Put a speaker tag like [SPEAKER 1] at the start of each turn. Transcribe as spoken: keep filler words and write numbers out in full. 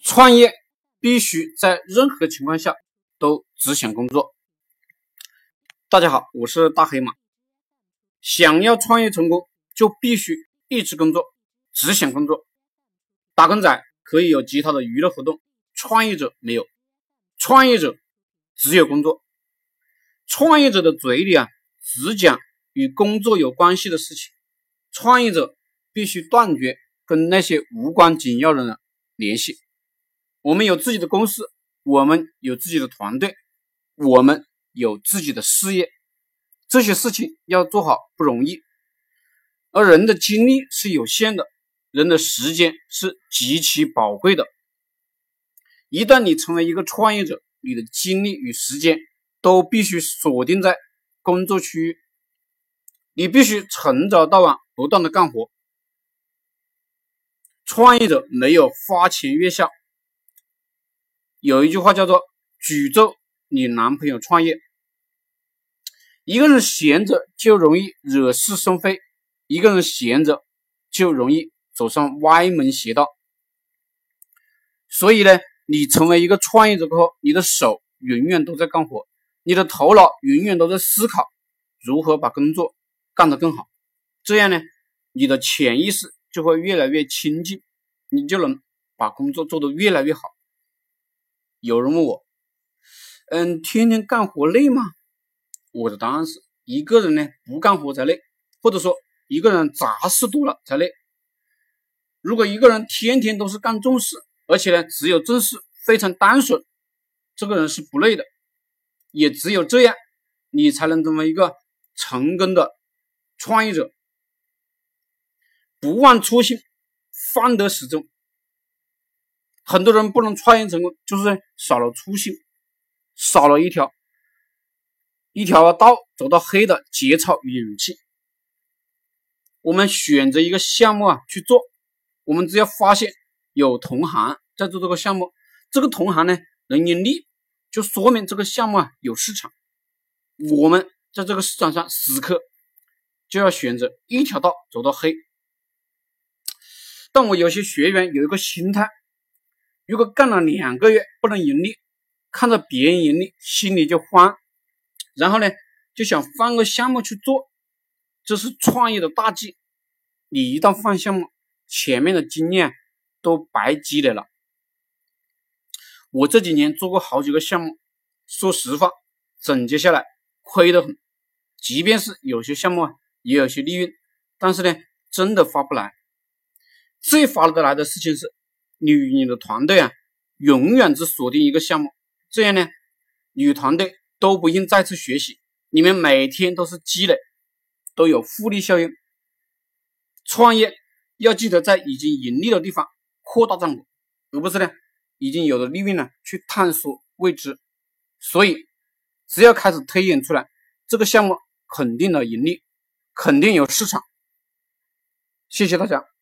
[SPEAKER 1] 创业必须在任何情况下都只想工作。大家好，我是大黑马。想要创业成功，就必须一直工作，只想工作。打工仔可以有其他的娱乐活动，创业者没有。创业者只有工作。创业者的嘴里啊，只讲与工作有关系的事情。创业者必须断绝跟那些无关紧要的人联系。我们有自己的公司，我们有自己的团队，我们有自己的事业，这些事情要做好不容易。而人的精力是有限的，人的时间是极其宝贵的。一旦你成为一个创业者，你的精力与时间都必须锁定在工作区域，你必须从早到晚不断的干活。创业者没有花前月下。有一句话叫做诅咒你男朋友创业。一个人闲着就容易惹是生非，一个人闲着就容易走上歪门邪道。所以呢，你成为一个创业者过后，你的手永远都在干活，你的头脑永远都在思考如何把工作干得更好。这样呢，你的潜意识就会越来越清净，你就能把工作做得越来越好。有人问我，嗯，天天干活累吗？我的答案是，一个人呢不干活才累，或者说一个人杂事多了才累。如果一个人天天都是干重事，而且呢只有正事，非常单纯，这个人是不累的。也只有这样，你才能成为一个成功的创业者。不忘初心，方得始终。很多人不能创业成功，就是少了初心，少了一条一条道走到黑的节操与勇气。我们选择一个项目啊去做，我们只要发现有同行在做这个项目，这个同行呢能盈利，就说明这个项目啊有市场。我们在这个市场上死磕，就要选择一条道走到黑。但我有些学员有一个心态，如果干了两个月不能盈利，看着别人盈利心里就慌，然后呢就想换个项目去做，这是创业的大忌。你一旦换项目，前面的经验都白积累了。我这几年做过好几个项目，说实话总结下来亏得很，即便是有些项目啊也有些利润，但是呢真的发不来。最划得来的事情是你与你的团队啊永远只锁定一个项目，这样呢你与团队都不用再次学习，你们每天都是积累，都有复利效应。创业要记得在已经盈利的地方扩大战果，而不是呢已经有了利润呢去探索未知。所以只要开始推演出来，这个项目肯定的盈利，肯定有市场。谢谢大家。